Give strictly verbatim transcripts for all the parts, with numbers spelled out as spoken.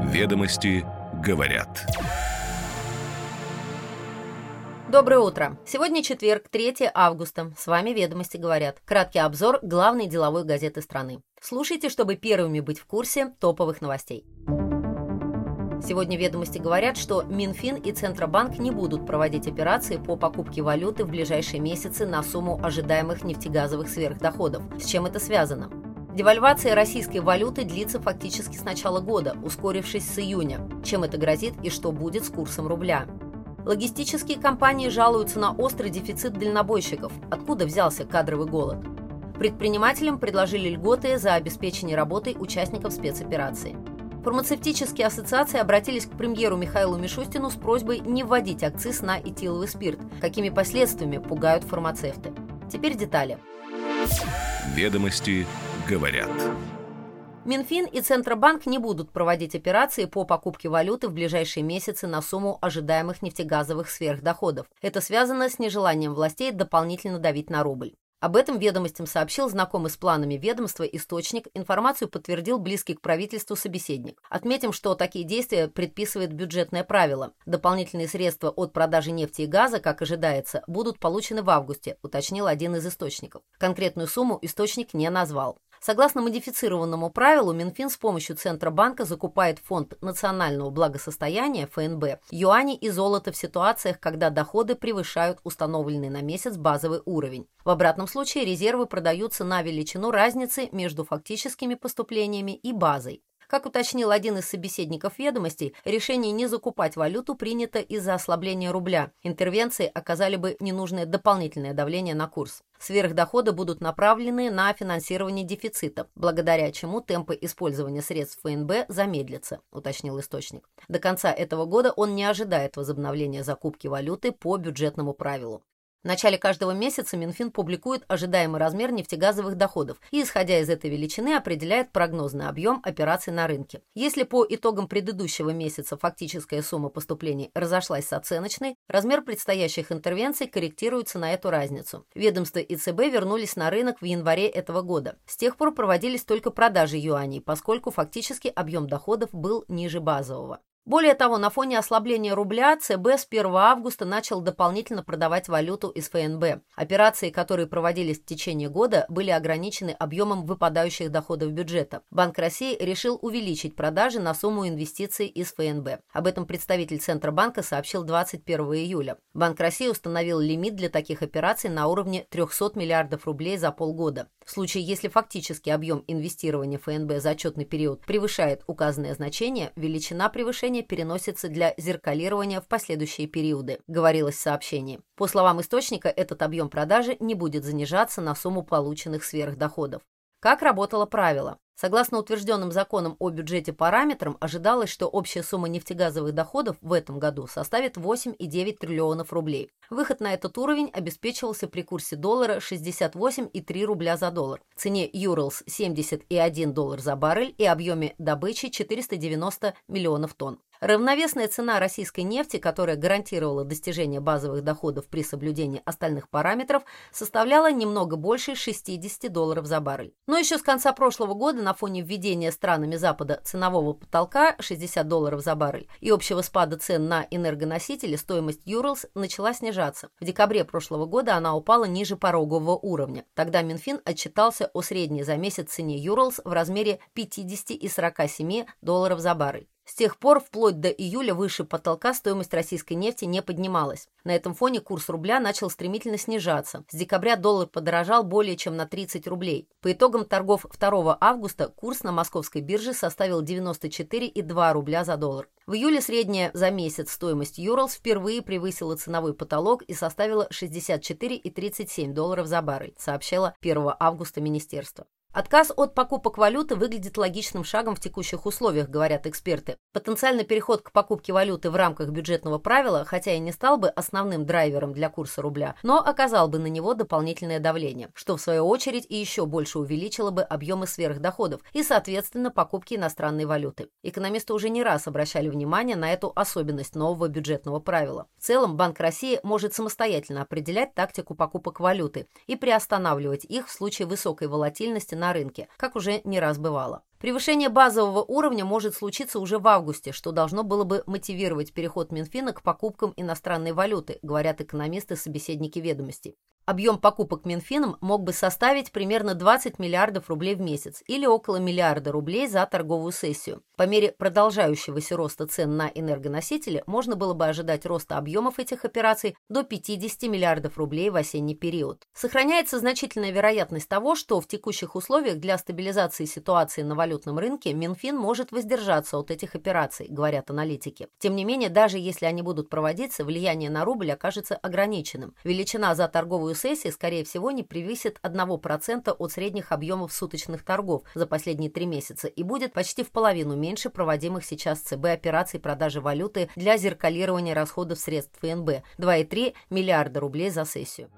Ведомости говорят. Доброе утро. Сегодня четверг, третьего августа. С вами «Ведомости говорят». Краткий обзор главной деловой газеты страны. Слушайте, чтобы первыми быть в курсе топовых новостей. Сегодня «Ведомости говорят, что Минфин и Центробанк не будут проводить операции по покупке валюты в ближайшие месяцы на сумму ожидаемых нефтегазовых сверхдоходов. С чем это связано? Девальвация российской валюты длится фактически с начала года, ускорившись с июня. Чем это грозит и что будет с курсом рубля? Логистические компании жалуются на острый дефицит дальнобойщиков. Откуда взялся кадровый голод? Предпринимателям предложили льготы за обеспечение работой участников спецоперации. Фармацевтические ассоциации обратились к премьеру Михаилу Мишустину с просьбой не вводить акциз на этиловый спирт. Какими последствиями пугают фармацевты? Теперь детали. Ведомости говорят. Минфин и Центробанк не будут проводить операции по покупке валюты в ближайшие месяцы на сумму ожидаемых нефтегазовых сверхдоходов. Это связано с нежеланием властей дополнительно давить на рубль. Об этом «Ведомостям» сообщил знакомый с планами ведомства источник, информацию подтвердил близкий к правительству собеседник. Отметим, что такие действия предписывает бюджетное правило. Дополнительные средства от продажи нефти и газа, как ожидается, будут получены в августе, уточнил один из источников. Конкретную сумму источник не назвал. Согласно модифицированному правилу, Минфин с помощью Центробанка закупает фонд национального благосостояния эф эн бэ юани и золото в ситуациях, когда доходы превышают установленный на месяц базовый уровень. В обратном случае резервы продаются на величину разницы между фактическими поступлениями и базой. Как уточнил один из собеседников «Ведомостей», решение не закупать валюту принято из-за ослабления рубля. Интервенции оказали бы ненужное дополнительное давление на курс. Сверхдоходы будут направлены на финансирование дефицита, благодаря чему темпы использования средств эф эн бэ замедлятся, уточнил источник. До конца этого года он не ожидает возобновления закупки валюты по бюджетному правилу. В начале каждого месяца Минфин публикует ожидаемый размер нефтегазовых доходов и, исходя из этой величины, определяет прогнозный объем операций на рынке. Если по итогам предыдущего месяца фактическая сумма поступлений разошлась с оценочной, размер предстоящих интервенций корректируется на эту разницу. Ведомства и цэ бэ вернулись на рынок в январе этого года. С тех пор проводились только продажи юаней, поскольку фактически объем доходов был ниже базового. Более того, на фоне ослабления рубля цэ бэ с первого августа начал дополнительно продавать валюту из эф эн бэ. Операции, которые проводились в течение года, были ограничены объемом выпадающих доходов бюджета. Банк России решил увеличить продажи на сумму инвестиций из эф эн бэ. Об этом представитель Центробанка сообщил двадцать первого июля. Банк России установил лимит для таких операций на уровне трехсот миллиардов рублей за полгода. В случае, если фактический объем инвестирования эф эн бэ за отчетный период превышает указанное значение, величина превышения переносится для зеркалирования в последующие периоды, говорилось в сообщении. По словам источника, этот объем продажи не будет занижаться на сумму полученных сверхдоходов. Как работало правило? Согласно утвержденным законом о бюджете параметрам, ожидалось, что общая сумма нефтегазовых доходов в этом году составит восемь и девять триллионов рублей. Выход на этот уровень обеспечивался при курсе доллара шестьдесят восемь и три рубля за доллар, цене Юрлс семьдесят и один доллар за баррель и объеме добычи четыреста девяносто миллионов тонн. Равновесная цена российской нефти, которая гарантировала достижение базовых доходов при соблюдении остальных параметров, составляла немного больше шестидесяти долларов за баррель. Но еще с конца прошлого года на фоне введения странами Запада ценового потолка шестьдесят долларов за баррель и общего спада цен на энергоносители стоимость Юрлс начала снижаться. В декабре прошлого года она упала ниже порогового уровня. Тогда Минфин отчитался о средней за месяц цене Юрлс в размере пятидесяти и сорока семи долларов за баррель. С тех пор, вплоть до июля, выше потолка стоимость российской нефти не поднималась. На этом фоне курс рубля начал стремительно снижаться. С декабря доллар подорожал более чем на тридцать рублей. По итогам торгов второго августа курс на московской бирже составил девяносто четыре и два рубля за доллар. В июле средняя за месяц стоимость Юрлс впервые превысила ценовой потолок и составила шестьдесят четыре и тридцать семь долларов за баррель, сообщало первого августа министерство. Отказ от покупок валюты выглядит логичным шагом в текущих условиях, говорят эксперты. Потенциальный переход к покупке валюты в рамках бюджетного правила, хотя и не стал бы основным драйвером для курса рубля, но оказал бы на него дополнительное давление, что в свою очередь и еще больше увеличило бы объемы сверхдоходов и, соответственно, покупки иностранной валюты. Экономисты уже не раз обращали внимание на эту особенность нового бюджетного правила. В целом, Банк России может самостоятельно определять тактику покупок валюты и приостанавливать их в случае высокой волатильности на рынке, как уже не раз бывало. Превышение базового уровня может случиться уже в августе, что должно было бы мотивировать переход Минфина к покупкам иностранной валюты, говорят экономисты-собеседники «Ведомостей». Объем покупок Минфином мог бы составить примерно двадцать миллиардов рублей в месяц или около миллиарда рублей за торговую сессию. По мере продолжающегося роста цен на энергоносители можно было бы ожидать роста объемов этих операций до пятидесяти миллиардов рублей в осенний период. Сохраняется значительная вероятность того, что в текущих условиях для стабилизации ситуации на валютном рынке Минфин может воздержаться от этих операций, говорят аналитики. Тем не менее, даже если они будут проводиться, влияние на рубль окажется ограниченным. Величина за торговую сессии, скорее всего, не превысит одного процента от средних объемов суточных торгов за последние три месяца и будет почти в половину меньше проводимых сейчас ЦБ операций продажи валюты для зеркалирования расходов средств ФНБ – два и три миллиарда рублей за сессию.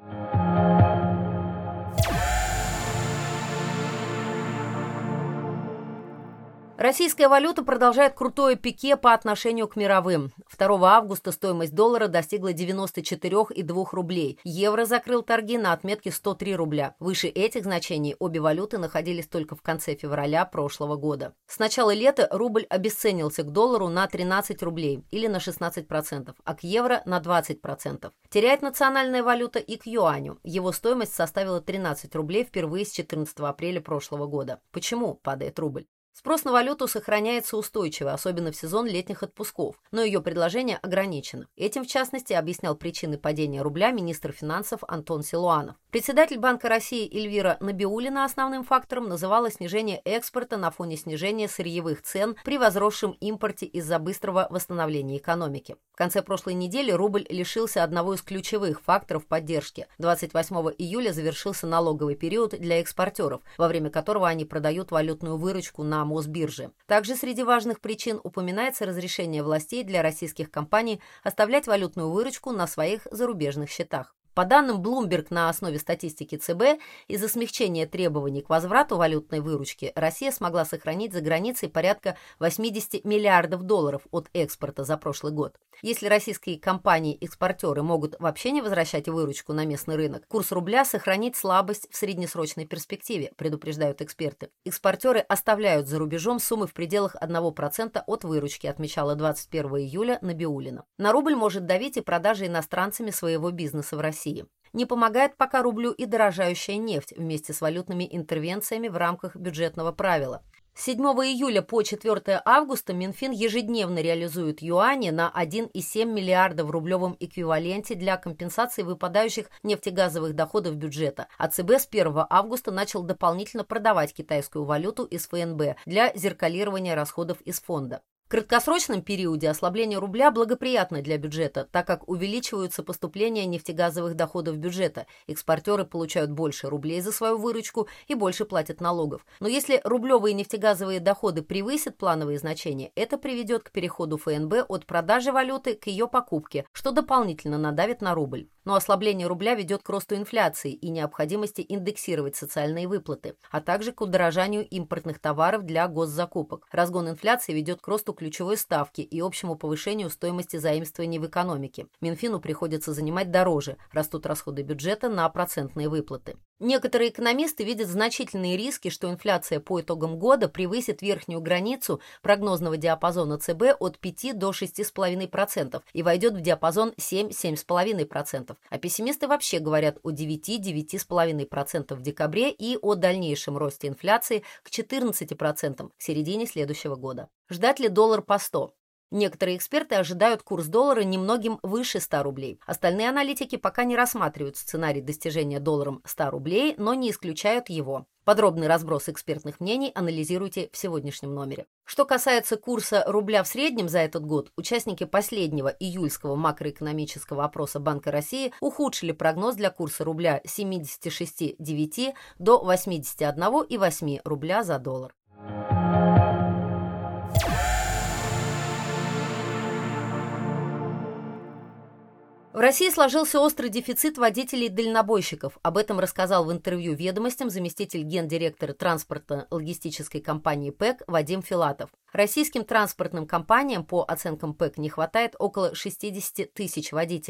Российская валюта продолжает крутое пике по отношению к мировым. второго августа стоимость доллара достигла девяноста четырёх и двух рублей. Евро закрыл торги на отметке сто три рубля. Выше этих значений обе валюты находились только в конце февраля прошлого года. С начала лета рубль обесценился к доллару на тринадцать рублей или на шестнадцать процентов, а к евро на двадцать процентов. Теряет национальная валюта и к юаню. Его стоимость составила тринадцать рублей впервые с четырнадцатого апреля прошлого года. Почему падает рубль? Спрос на валюту сохраняется устойчиво, особенно в сезон летних отпусков, но ее предложение ограничено. Этим, в частности, объяснял причины падения рубля министр финансов Антон Силуанов. Председатель Банка России Эльвира Набиуллина основным фактором называла снижение экспорта на фоне снижения сырьевых цен при возросшем импорте из-за быстрого восстановления экономики. В конце прошлой недели рубль лишился одного из ключевых факторов поддержки. двадцать восьмого июля завершился налоговый период для экспортеров, во время которого они продают валютную выручку на Мосбирже. Также среди важных причин упоминается разрешение властей для российских компаний оставлять валютную выручку на своих зарубежных счетах. По данным Bloomberg на основе статистики ЦБ, из-за смягчения требований к возврату валютной выручки Россия смогла сохранить за границей порядка восьмидесяти миллиардов долларов от экспорта за прошлый год. Если российские компании-экспортеры могут вообще не возвращать выручку на местный рынок, курс рубля сохранит слабость в среднесрочной перспективе, предупреждают эксперты. Экспортеры оставляют за рубежом суммы в пределах одного процента от выручки, отмечала двадцать первого июля Набиуллина. На рубль может давить и продажа иностранцами своего бизнеса в России. Не помогает пока рублю и дорожающая нефть вместе с валютными интервенциями в рамках бюджетного правила. С седьмого июля по четвёртого августа Минфин ежедневно реализует юани на один и семь миллиарда в рублевом эквиваленте для компенсации выпадающих нефтегазовых доходов бюджета, а ЦБ с первого августа начал дополнительно продавать китайскую валюту из ФНБ для зеркалирования расходов из фонда. В краткосрочном периоде ослабление рубля благоприятно для бюджета, так как увеличиваются поступления нефтегазовых доходов бюджета, экспортеры получают больше рублей за свою выручку и больше платят налогов. Но если рублевые нефтегазовые доходы превысят плановые значения, это приведет к переходу ФНБ от продажи валюты к ее покупке, что дополнительно надавит на рубль. Но ослабление рубля ведет к росту инфляции и необходимости индексировать социальные выплаты, а также к удорожанию импортных товаров для госзакупок. Разгон инфляции ведет к росту ключевой ставки и общему повышению стоимости заимствований в экономике. Минфину приходится занимать дороже, растут расходы бюджета на процентные выплаты. Некоторые экономисты видят значительные риски, что инфляция по итогам года превысит верхнюю границу прогнозного диапазона ЦБ от пяти до шести целых пяти десятых процента и войдет в диапазон семь — семь целых пять десятых процента. А пессимисты вообще говорят о девяти — девяти целых пяти десятых процента в декабре и о дальнейшем росте инфляции к четырнадцати процентам к середине следующего года. Ждать ли доллар по сто? Некоторые эксперты ожидают курс доллара немногим выше ста рублей. Остальные аналитики пока не рассматривают сценарий достижения долларом ста рублей, но не исключают его. Подробный разброс экспертных мнений анализируйте в сегодняшнем номере. Что касается курса рубля в среднем за этот год, участники последнего июльского макроэкономического опроса Банка России ухудшили прогноз для курса рубля с семидесяти шести целых девяти десятых до восьмидесяти одного целых восьми десятых рубля за доллар. В России сложился острый дефицит водителей-дальнобойщиков. Об этом рассказал в интервью «Ведомостям» заместитель гендиректора транспортно-логистической компании ПЭК Вадим Филатов. Российским транспортным компаниям, по оценкам ПЭК, не хватает около шестидесяти тысяч водителей.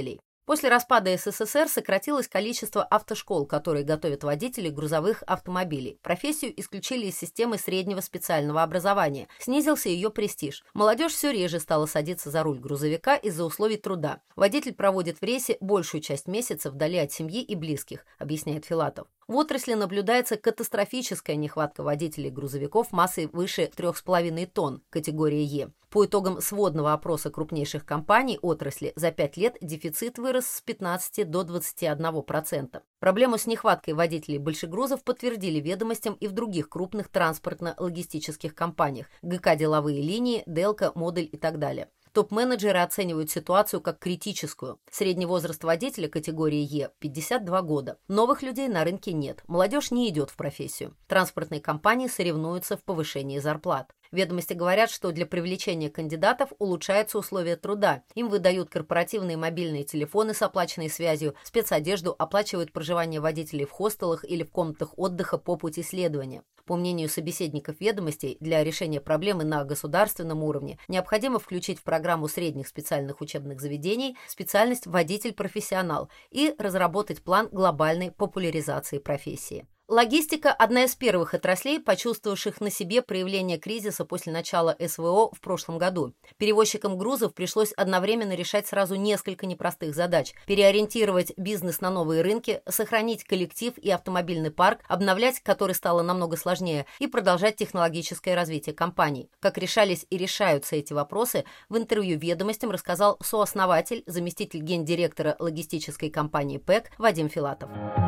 После распада СССР сократилось количество автошкол, которые готовят водителей грузовых автомобилей. Профессию исключили из системы среднего специального образования. Снизился ее престиж. Молодежь все реже стала садиться за руль грузовика из-за условий труда. Водитель проводит в рейсе большую часть месяца вдали от семьи и близких, объясняет Филатов. В отрасли наблюдается катастрофическая нехватка водителей грузовиков массой выше трех с половиной тонн, категории Е. По итогам сводного опроса крупнейших компаний отрасли за пять лет дефицит вырос с пятнадцати до двадцати одного процента. Проблему с нехваткой водителей большегрузов подтвердили ведомостям и в других крупных транспортно-логистических компаниях – ГК «Деловые линии», «Делка», «Модуль» и так далее. Топ-менеджеры оценивают ситуацию как критическую. Средний возраст водителя категории Е – пятьдесят два года. Новых людей на рынке нет. Молодежь не идет в профессию. Транспортные компании соревнуются в повышении зарплат. Ведомости говорят, что для привлечения кандидатов улучшаются условия труда. Им выдают корпоративные мобильные телефоны с оплаченной связью, спецодежду, оплачивают проживание водителей в хостелах или в комнатах отдыха по пути следования. По мнению собеседников ведомостей, для решения проблемы на государственном уровне необходимо включить в программу средних специальных учебных заведений специальность водитель-профессионал и разработать план глобальной популяризации профессии. Логистика – одна из первых отраслей, почувствовавших на себе проявление кризиса после начала СВО в прошлом году. Перевозчикам грузов пришлось одновременно решать сразу несколько непростых задач – переориентировать бизнес на новые рынки, сохранить коллектив и автомобильный парк, обновлять который стало намного сложнее, и продолжать технологическое развитие компаний. Как решались и решаются эти вопросы, в интервью «Ведомостям» рассказал сооснователь, заместитель гендиректора логистической компании ПЭК Вадим Филатов.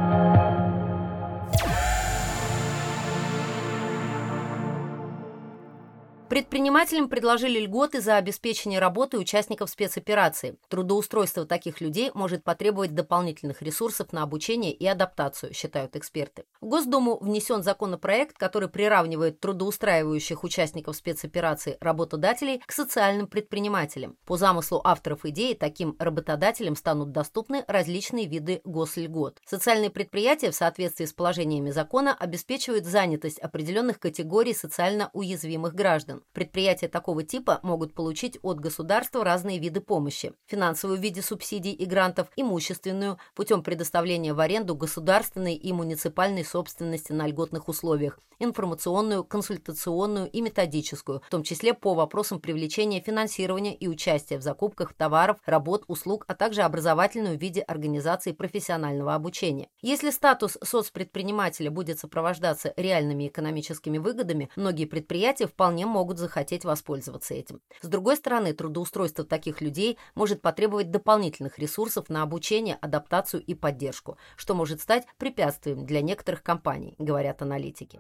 Предпринимателям предложили льготы за обеспечение работы участников спецоперации. Трудоустройство таких людей может потребовать дополнительных ресурсов на обучение и адаптацию, считают эксперты. В Госдуму внесен законопроект, который приравнивает трудоустраивающих участников спецоперации работодателей к социальным предпринимателям. По замыслу авторов идеи, таким работодателям станут доступны различные виды госльгот. Социальные предприятия в соответствии с положениями закона обеспечивают занятость определенных категорий социально уязвимых граждан. Предприятия такого типа могут получить от государства разные виды помощи: финансовую в виде субсидий и грантов, имущественную путем предоставления в аренду государственной и муниципальной собственности на льготных условиях, информационную, консультационную и методическую, в том числе по вопросам привлечения финансирования и участия в закупках товаров, работ, услуг, а также образовательную в виде организации профессионального обучения. Если статус соцпредпринимателя будет сопровождаться реальными экономическими выгодами, многие предприятия вполне могут захотеть воспользоваться этим. С другой стороны, трудоустройство таких людей может потребовать дополнительных ресурсов на обучение, адаптацию и поддержку, что может стать препятствием для некоторых компаний, говорят аналитики.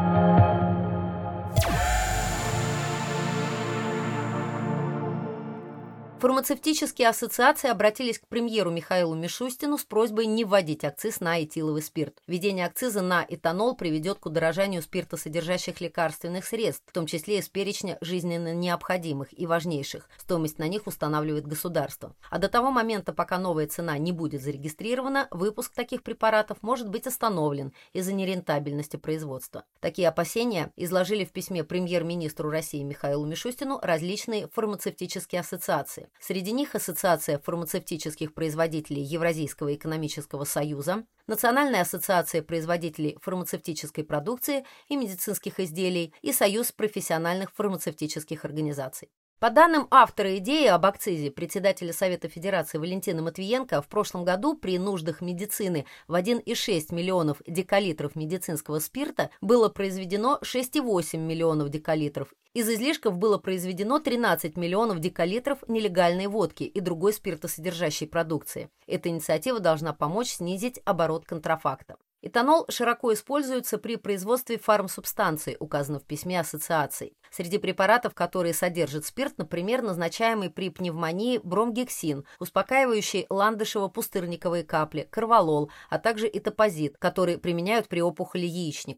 Фармацевтические ассоциации обратились к премьеру Михаилу Мишустину с просьбой не вводить акциз на этиловый спирт. Введение акциза на этанол приведет к удорожанию спиртосодержащих лекарственных средств, в том числе из перечня жизненно необходимых и важнейших. Стоимость на них устанавливает государство. А до того момента, пока новая цена не будет зарегистрирована, выпуск таких препаратов может быть остановлен из-за нерентабельности производства. Такие опасения изложили в письме премьер-министру России Михаилу Мишустину различные фармацевтические ассоциации. Среди них Ассоциация фармацевтических производителей Евразийского экономического союза, Национальная ассоциация производителей фармацевтической продукции и медицинских изделий и Союз профессиональных фармацевтических организаций. По данным автора идеи об акцизе, председателя Совета Федерации Валентина Матвиенко, в прошлом году при нуждах медицины в один и шесть миллионов декалитров медицинского спирта было произведено шесть и восемь миллионов декалитров. Из излишков было произведено тринадцать миллионов декалитров нелегальной водки и другой спиртосодержащей продукции. Эта инициатива должна помочь снизить оборот контрафакта. Этанол широко используется при производстве фармсубстанций, указано в письме ассоциаций. Среди препаратов, которые содержат спирт, например, назначаемый при пневмонии бромгексин, успокаивающий ландышево-пустырниковые капли, карвалол, а также этапозит, который применяют при опухоли яичников.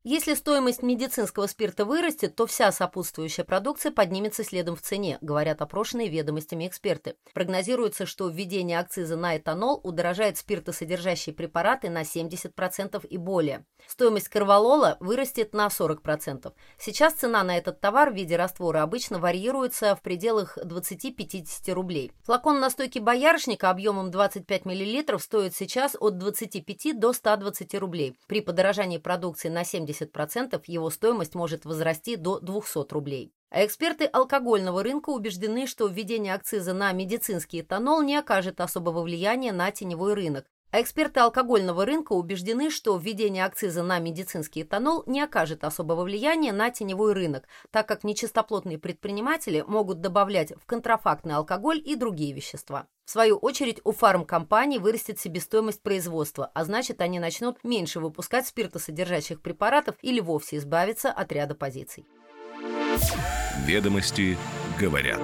Если стоимость медицинского спирта вырастет, то вся сопутствующая продукция поднимется следом в цене, говорят опрошенные ведомостями эксперты. Прогнозируется, что введение акциза на этанол удорожает спиртосодержащие препараты на семьдесят процентов и более. Стоимость корвалола вырастет на сорок процентов. Сейчас цена на этот товар в виде раствора обычно варьируется в пределах двадцати-пятидесяти рублей. Флакон настойки боярышника объемом двадцать пять миллилитров стоит сейчас от двадцати пяти до ста двадцати рублей. При подорожании продукции на семьдесят процентов его стоимость может возрасти до двухсот рублей. А эксперты алкогольного рынка убеждены, что введение акциза на медицинский этанол не окажет особого влияния на теневой рынок. А эксперты алкогольного рынка убеждены, что введение акциза на медицинский этанол не окажет особого влияния на теневой рынок, так как нечистоплотные предприниматели могут добавлять в контрафактный алкоголь и другие вещества. В свою очередь, у фармкомпаний вырастет себестоимость производства, а значит, они начнут меньше выпускать спиртосодержащих препаратов или вовсе избавиться от ряда позиций. Ведомости говорят.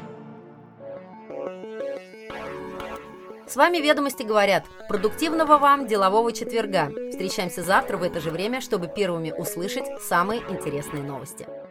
С вами «Ведомости говорят». Продуктивного вам делового четверга. Встречаемся завтра в это же время, чтобы первыми услышать самые интересные новости.